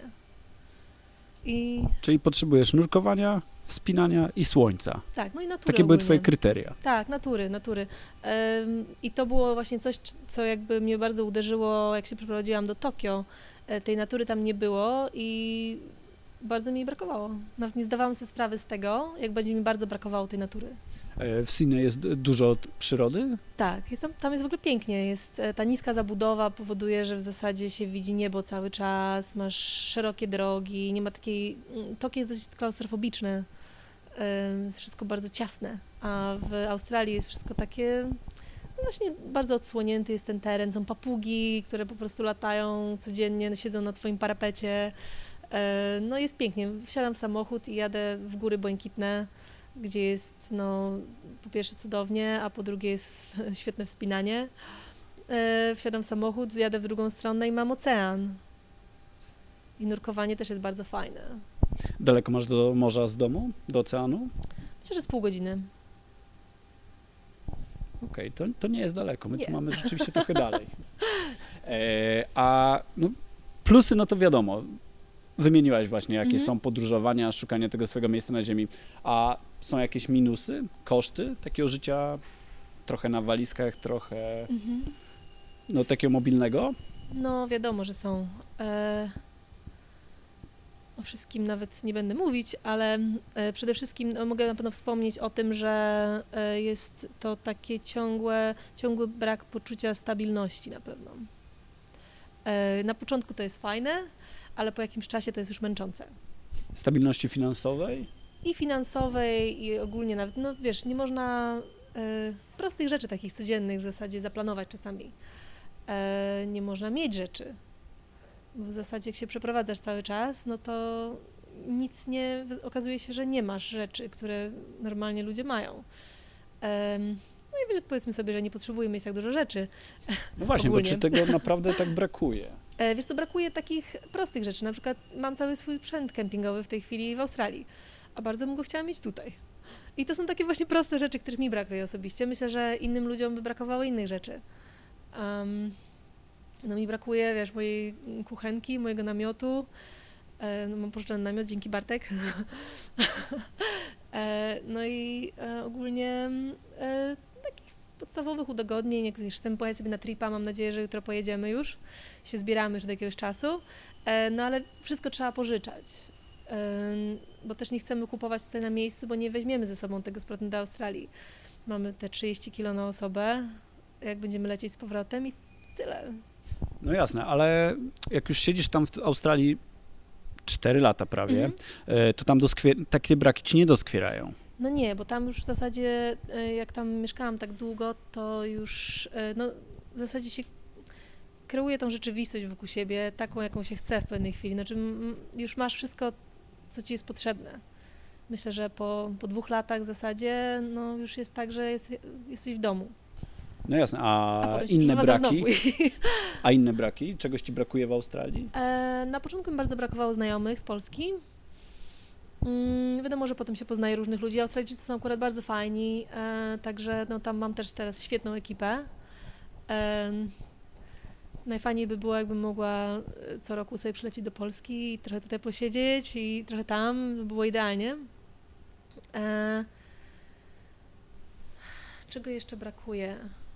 I Czyli potrzebujesz nurkowania, wspinania i słońca. tak, no i natury Takie były ogólnie. twoje kryteria. Tak, natury, natury. Em, I to było właśnie coś, c- co jakby mnie bardzo uderzyło, jak się przeprowadziłam do Tokio. E, Tej natury tam nie było i bardzo mi jej brakowało. Nawet nie zdawałam sobie sprawy z tego, jak będzie mi bardzo brakowało tej natury. E, W Sydney jest d- dużo przyrody. Tak, jest tam, tam jest w ogóle pięknie. Jest, e, ta niska zabudowa powoduje, że w zasadzie się widzi niebo cały czas, masz szerokie drogi, nie ma takiej... mm, Tokio jest dosyć klaustrofobiczne, em, jest wszystko bardzo ciasne, a w Australii jest wszystko takie No właśnie bardzo odsłonięty jest ten teren, są papugi, które po prostu latają codziennie, siedzą na twoim parapecie. No jest pięknie, wsiadam w samochód i jadę w Góry Błękitne, gdzie jest no po pierwsze cudownie, a po drugie jest świetne wspinanie. Wsiadam w samochód, jadę w drugą stronę i mam ocean. I nurkowanie też jest bardzo fajne. Daleko masz do morza z domu, do oceanu? Myślę, że z pół godziny. Okej, okay, to, to nie jest daleko, my nie. tu mamy rzeczywiście trochę dalej. E, a no, plusy, no to wiadomo, wymieniłaś właśnie, jakie mhm. są podróżowania, szukanie tego swojego miejsca na ziemi, a są jakieś minusy, koszty takiego życia, trochę na walizkach, trochę mhm. no takiego mobilnego? No wiadomo, że są. E... O wszystkim nawet nie będę mówić, ale przede wszystkim no, mogę na pewno wspomnieć o tym, że jest to takie ciągłe, ciągły brak poczucia stabilności na pewno. Na początku to jest fajne, ale po jakimś czasie to jest już męczące. Stabilności finansowej? I finansowej, i ogólnie nawet, no wiesz, nie można prostych rzeczy takich codziennych w zasadzie zaplanować czasami. Nie można mieć rzeczy. W zasadzie jak się przeprowadzasz cały czas, no to nic nie, okazuje się, że nie masz rzeczy, które normalnie ludzie mają. Um, no i powiedzmy sobie, że nie potrzebujemy mieć tak dużo rzeczy. No właśnie, ogólnie. Bo czy tego naprawdę tak brakuje? E, wiesz co, brakuje takich prostych rzeczy. Na przykład mam cały swój sprzęt kempingowy w tej chwili w Australii, a bardzo bym go chciała mieć tutaj. I to są takie właśnie proste rzeczy, których mi brakuje osobiście. Myślę, że innym ludziom by brakowało innych rzeczy. Um, No mi brakuje, wiesz, mojej kuchenki, mojego namiotu. E, no mam pożyczony namiot, dzięki Bartek. e, no i e, ogólnie e, takich podstawowych udogodnień, jak wiesz, chcemy pojechać sobie na tripa, mam nadzieję, że jutro pojedziemy już, się zbieramy już do jakiegoś czasu, e, no ale wszystko trzeba pożyczać, e, bo też nie chcemy kupować tutaj na miejscu, bo nie weźmiemy ze sobą tego z powrotem do Australii. Mamy te trzydzieści kilo na osobę, jak będziemy lecieć z powrotem i tyle. No jasne, ale jak już siedzisz tam w Australii cztery lata prawie, mm-hmm. to tam doskwier- takie braki ci nie doskwierają. No nie, bo tam już w zasadzie, jak tam mieszkałam tak długo, to już no, w zasadzie się kreuje tą rzeczywistość wokół siebie, taką, jaką się chce w pewnej chwili. Znaczy już masz wszystko, co ci jest potrzebne. Myślę, że po, po dwóch latach w zasadzie no, już jest tak, że jest, jesteś w domu. No jasne, a, a inne braki? A inne braki? Czegoś ci brakuje w Australii? E, na początku mi bardzo brakowało znajomych z Polski. Mm, wiadomo, że potem się poznaje różnych ludzi. Australijczycy są akurat bardzo fajni, e, także no, tam mam też teraz świetną ekipę. E, najfajniej by było, jakbym mogła co roku sobie przylecieć do Polski i trochę tutaj posiedzieć i trochę tam, by było idealnie. E, czego jeszcze brakuje?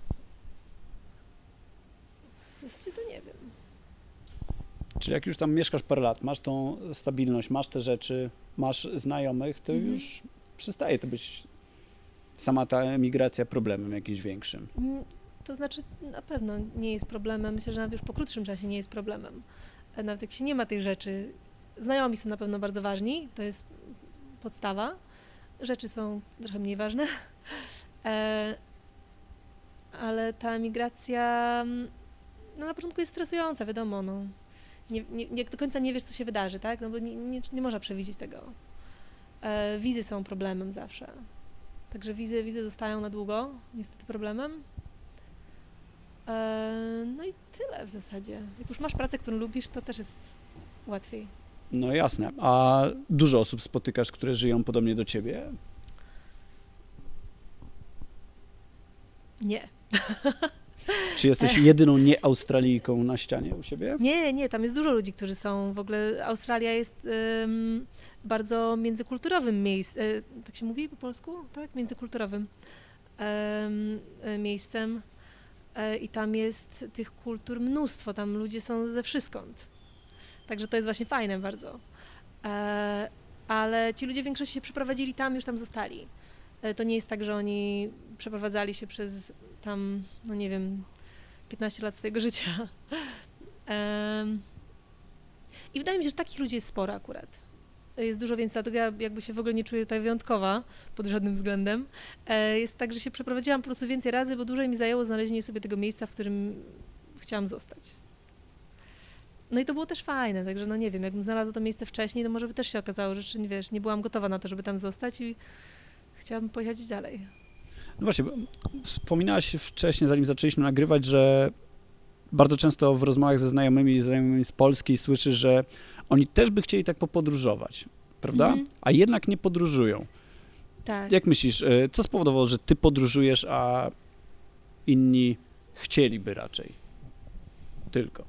W zasadzie to nie wiem. Czyli jak już tam mieszkasz parę lat, masz tą stabilność, masz te rzeczy, masz znajomych, to mm. już przestaje to być sama ta emigracja problemem jakimś większym. To znaczy na pewno nie jest problemem, myślę, że nawet już po krótszym czasie nie jest problemem. Nawet jak się nie ma tych rzeczy, znajomi są na pewno bardzo ważni, to jest podstawa. Rzeczy są trochę mniej ważne, e, ale ta emigracja no, na początku jest stresująca, wiadomo, no. Nie, nie, nie do końca nie wiesz, co się wydarzy, tak? No bo nie, nie, nie można przewidzieć tego. E, wizy są problemem zawsze. Także wizy, wizy zostają na długo, niestety problemem. E, no i tyle w zasadzie. Jak już masz pracę, którą lubisz, to też jest łatwiej. No jasne. A dużo osób spotykasz, które żyją podobnie do ciebie? Nie. Czy jesteś jedyną nie-Australijką na ścianie u siebie? Nie, nie, tam jest dużo ludzi, którzy są, w ogóle Australia jest um, bardzo międzykulturowym miejscem, tak się mówi po polsku? Tak? Międzykulturowym um, miejscem e, i tam jest tych kultur mnóstwo, tam ludzie są ze wszystkąd. Także to jest właśnie fajne bardzo. E, ale ci ludzie w większości się przeprowadzili tam, już tam zostali. E, to nie jest tak, że oni przeprowadzali się przez tam, no nie wiem, piętnaście lat swojego życia. Um, I wydaje mi się, że takich ludzi jest sporo akurat. jest dużo więcej, dlatego ja jakby się w ogóle nie czuję tutaj wyjątkowa pod żadnym względem. E, jest tak, że się przeprowadziłam po prostu więcej razy, bo dłużej mi zajęło znalezienie sobie tego miejsca, w którym chciałam zostać. No i to było też fajne, także no nie wiem, jakbym znalazła to miejsce wcześniej, to może by też się okazało, że nie wiesz, nie byłam gotowa na to, żeby tam zostać i chciałabym pojechać dalej. No właśnie, wspominałaś wcześniej, zanim zaczęliśmy nagrywać, że bardzo często w rozmowach ze znajomymi, znajomymi z Polski słyszysz, że oni też by chcieli tak popodróżować, prawda? Mhm. A jednak nie podróżują. Tak. Jak myślisz, co spowodowało, że ty podróżujesz, a inni chcieliby raczej tylko?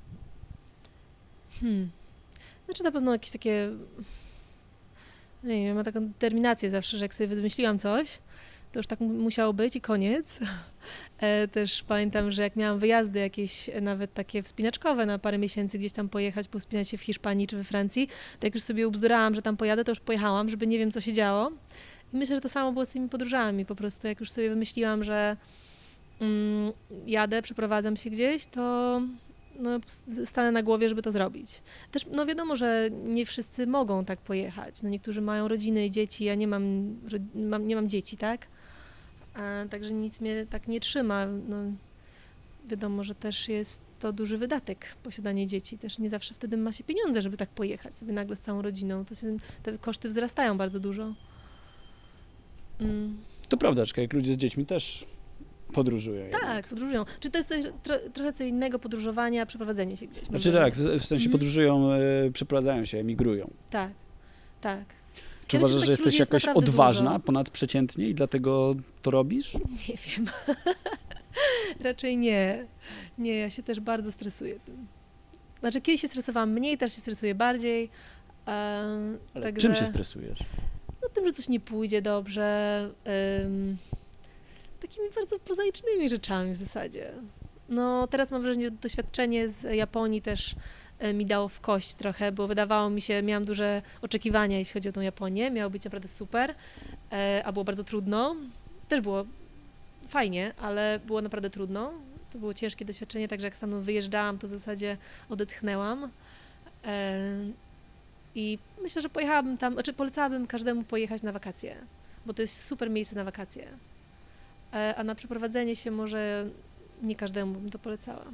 Hmm. Znaczy na pewno jakieś takie, nie wiem, ja mam taką determinację zawsze, że jak sobie wymyśliłam coś, to już tak musiało być i koniec. E, też pamiętam, że jak miałam wyjazdy jakieś, nawet takie wspinaczkowe na parę miesięcy gdzieś tam pojechać, powspinać się w Hiszpanii czy we Francji, to jak już sobie ubzdurałam, że tam pojadę, to już pojechałam, żeby nie wiem, co się działo. I myślę, że to samo było z tymi podróżami. Po prostu jak już sobie wymyśliłam, że mm, jadę, przeprowadzam się gdzieś, to no, stanę na głowie, żeby to zrobić. Też no wiadomo, że nie wszyscy mogą tak pojechać. No, niektórzy mają rodziny i dzieci, ja nie mam, mam, nie mam dzieci, tak? A, także nic mnie tak nie trzyma. No, wiadomo, że też jest to duży wydatek, posiadanie dzieci. Też nie zawsze wtedy ma się pieniądze, żeby tak pojechać sobie nagle z całą rodziną. To się, te koszty wzrastają bardzo dużo. Mm. To prawda, jak ludzie z dziećmi też podróżują. Tak, jednak. podróżują. Czy to jest coś, tro, trochę co innego podróżowania, a przeprowadzenie się gdzieś? Znaczy tak, w, w sensie mhm. podróżują, y, przeprowadzają się, emigrują. Tak, tak. Czy ja uważasz, myślę, że jesteś jest jakoś odważna, dużo. ponadprzeciętnie i dlatego to robisz? Nie wiem. Raczej nie. Nie, ja się też bardzo stresuję tym. Znaczy, kiedyś się stresowałam mniej, teraz się stresuję bardziej. Um, Ale także, czym się stresujesz? No tym, że coś nie pójdzie dobrze. Um, takimi bardzo prozaicznymi rzeczami w zasadzie. No teraz mam wrażenie, że doświadczenie z Japonii też mi dało w kość trochę, bo wydawało mi się, miałam duże oczekiwania, jeśli chodzi o tą Japonię. Miało być naprawdę super, a było bardzo trudno. Też było fajnie, ale było naprawdę trudno. To było ciężkie doświadczenie, także jak stamtąd wyjeżdżałam, to w zasadzie odetchnęłam. I myślę, że pojechałabym tam, znaczy polecałabym każdemu pojechać na wakacje, bo to jest super miejsce na wakacje. A na przeprowadzenie się może nie każdemu bym to polecała.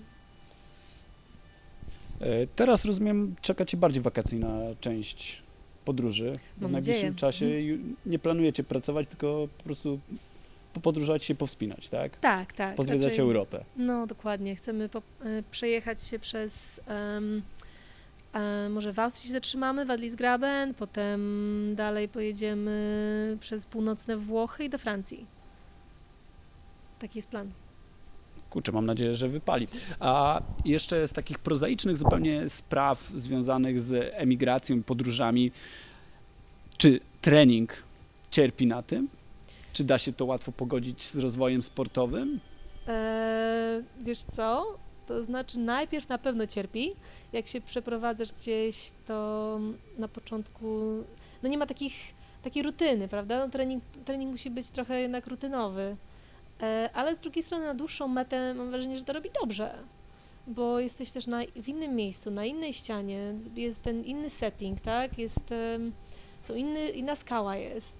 Teraz, rozumiem, czeka cię bardziej wakacyjna część podróży. Mam w najbliższym nadzieję. czasie nie planujecie pracować, tylko po prostu popodróżować się, powspinać, tak? Tak, tak. Pozwiedzać raczej, Europę. No, dokładnie. Chcemy po, y, przejechać się przez, um, y, może w Austrii się zatrzymamy, w Adlisgraben, potem dalej pojedziemy przez północne Włochy i do Francji. Taki jest plan. Kurczę, mam nadzieję, że wypali. A jeszcze z takich prozaicznych zupełnie spraw związanych z emigracją i podróżami, czy trening cierpi na tym? Czy da się to łatwo pogodzić z rozwojem sportowym? Eee, wiesz co? To znaczy najpierw na pewno cierpi. Jak się przeprowadzasz gdzieś, to na początku no nie ma takich, takiej rutyny, prawda? No trening, trening musi być trochę jednak rutynowy. Ale z drugiej strony na dłuższą metę mam wrażenie, że to robi dobrze, bo jesteś też na, w innym miejscu, na innej ścianie, jest ten inny setting, tak? Jest, są inny, inna skała jest.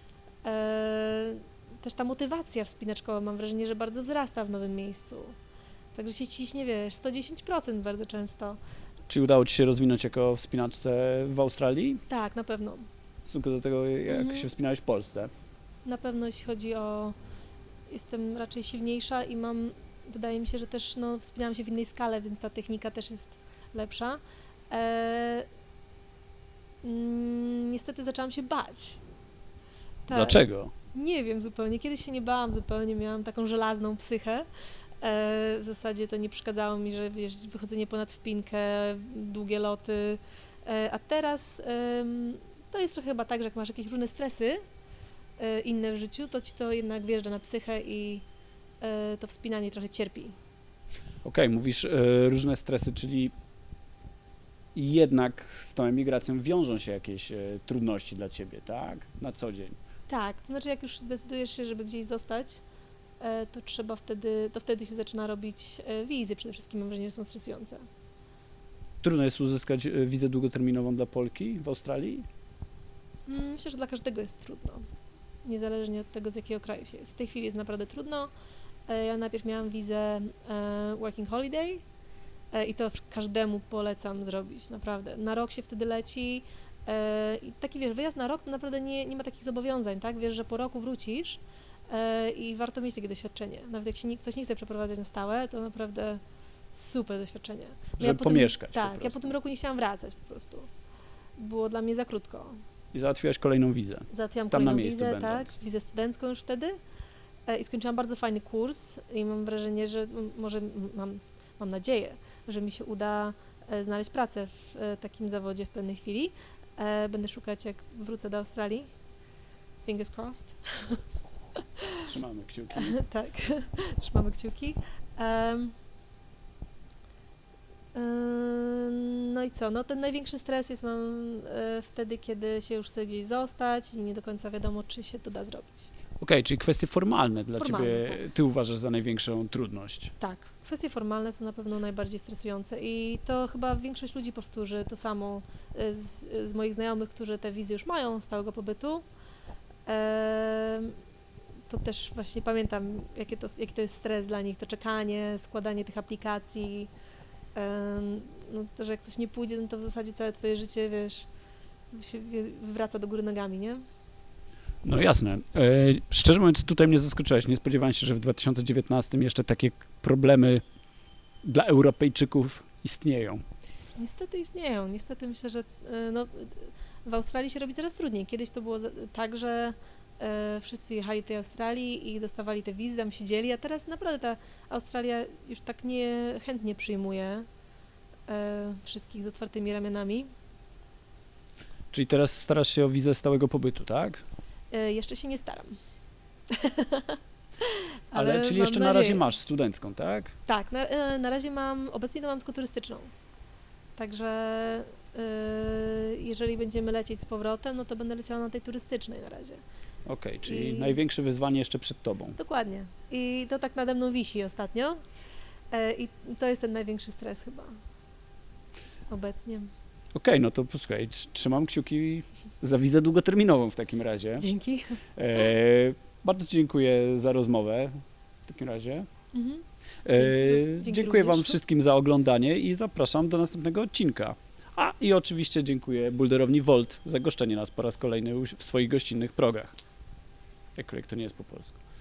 Też ta motywacja wspinaczkowa mam wrażenie, że bardzo wzrasta w nowym miejscu. Także się ciśnie, wiesz, sto dziesięć procent bardzo często. Czy udało ci się rozwinąć jako wspinaczce w Australii? Tak, na pewno. W stosunku do tego, jak mhm. się wspinałeś w Polsce? Na pewno, jeśli chodzi o... Jestem raczej silniejsza i mam, wydaje mi się, że też no, wspinałam się w innej skale, więc ta technika też jest lepsza. E, mm, niestety zaczęłam się bać. Tak. Dlaczego? Nie wiem zupełnie. Kiedyś się nie bałam zupełnie, miałam taką żelazną psychę. E, w zasadzie to nie przeszkadzało mi, że wiesz, wychodzenie ponad wpinkę, długie loty. E, a teraz e, to jest trochę chyba tak, że jak masz jakieś różne stresy, inne w życiu, to ci to jednak wjeżdża na psychę i y, to wspinanie trochę cierpi. Okej, okay, mówisz y, różne stresy, czyli jednak z tą emigracją wiążą się jakieś y, trudności dla ciebie, tak? Na co dzień. Tak, to znaczy jak już zdecydujesz się, żeby gdzieś zostać, y, to trzeba wtedy, to wtedy się zaczyna robić y, wizy przede wszystkim, mam wrażenie, że są stresujące. Trudno jest uzyskać y, wizę długoterminową dla Polki w Australii? Mm, Myślę, że dla każdego jest trudno, niezależnie od tego, z jakiego kraju się jest. W tej chwili jest naprawdę trudno. E, Ja najpierw miałam wizę e, Working Holiday e, i to każdemu polecam zrobić, naprawdę. Na rok się wtedy leci e, i taki, wiesz, wyjazd na rok to naprawdę nie, nie ma takich zobowiązań, tak? Wiesz, że po roku wrócisz e, i warto mieć takie doświadczenie. Nawet jak się nie, ktoś nie chce przeprowadzać na stałe, to naprawdę super doświadczenie. No Żeby ja po tym- pomieszkać po Tak, ja prostu. po tym roku nie chciałam wracać po prostu. Było dla mnie za krótko. I załatwiłaś kolejną wizę. Załatwiłam Tam na kolejną miejscu wizę, będąc. tak, wizę studencką już wtedy e, i skończyłam bardzo fajny kurs i mam wrażenie, że m- może m- mam, mam nadzieję, że mi się uda e, znaleźć pracę w e, takim zawodzie w pewnej chwili. E, Będę szukać, jak wrócę do Australii. Fingers crossed. Trzymamy kciuki. Tak, trzymamy kciuki. Em, em, No i co? No ten największy stres jest mam e, wtedy, kiedy się już chce gdzieś zostać i nie do końca wiadomo, czy się to da zrobić. Okej, czyli kwestie formalne dla Formalne, ciebie tak. ty uważasz za największą trudność. Tak, kwestie formalne są na pewno najbardziej stresujące i to chyba większość ludzi powtórzy to samo y, z, z moich znajomych, którzy te wizy już mają stałego pobytu. Em, To też właśnie pamiętam, jakie to, jaki to jest stres dla nich, to czekanie, składanie tych aplikacji. Em, No to, że jak coś nie pójdzie, no to w zasadzie całe twoje życie, wiesz, się wie- wraca do góry nogami, nie? No jasne. E, szczerze mówiąc, tutaj mnie zaskoczyłeś. Nie spodziewałem się, że w dwa tysiące dziewiętnastym jeszcze takie problemy dla Europejczyków istnieją. Niestety istnieją. Niestety myślę, że e, no, w Australii się robi coraz trudniej. Kiedyś to było za- tak, że e, wszyscy jechali do tej Australii i dostawali te wizy, tam siedzieli, a teraz naprawdę ta Australia już tak nie chętnie przyjmuje e, wszystkich z otwartymi ramionami. Czyli teraz starasz się o wizę stałego pobytu, tak? E, jeszcze się nie staram. Ale, czyli mam jeszcze na razie nadzieję. masz studencką, tak? Tak, na, e, na razie mam, obecnie to mam tylko turystyczną. Także e, jeżeli będziemy lecieć z powrotem, no to będę leciała na tej turystycznej na razie. Okej, czyli I- największe wyzwanie jeszcze przed tobą. Dokładnie. I to tak nade mną wisi ostatnio. E, I to jest ten największy stres chyba obecnie. Okej, no to posłuchaj, tr- trzymam kciuki za wizę długoterminową w takim razie. Dzięki. E, bardzo ci dziękuję za rozmowę w takim razie. Mhm. E, Dzięki dziękuję wam również. wszystkim za oglądanie i zapraszam do następnego odcinka. A i oczywiście dziękuję Bulderowni Volt za goszczenie nas po raz kolejny u- w swoich gościnnych progach. Jakkolwiek to nie jest po polsku.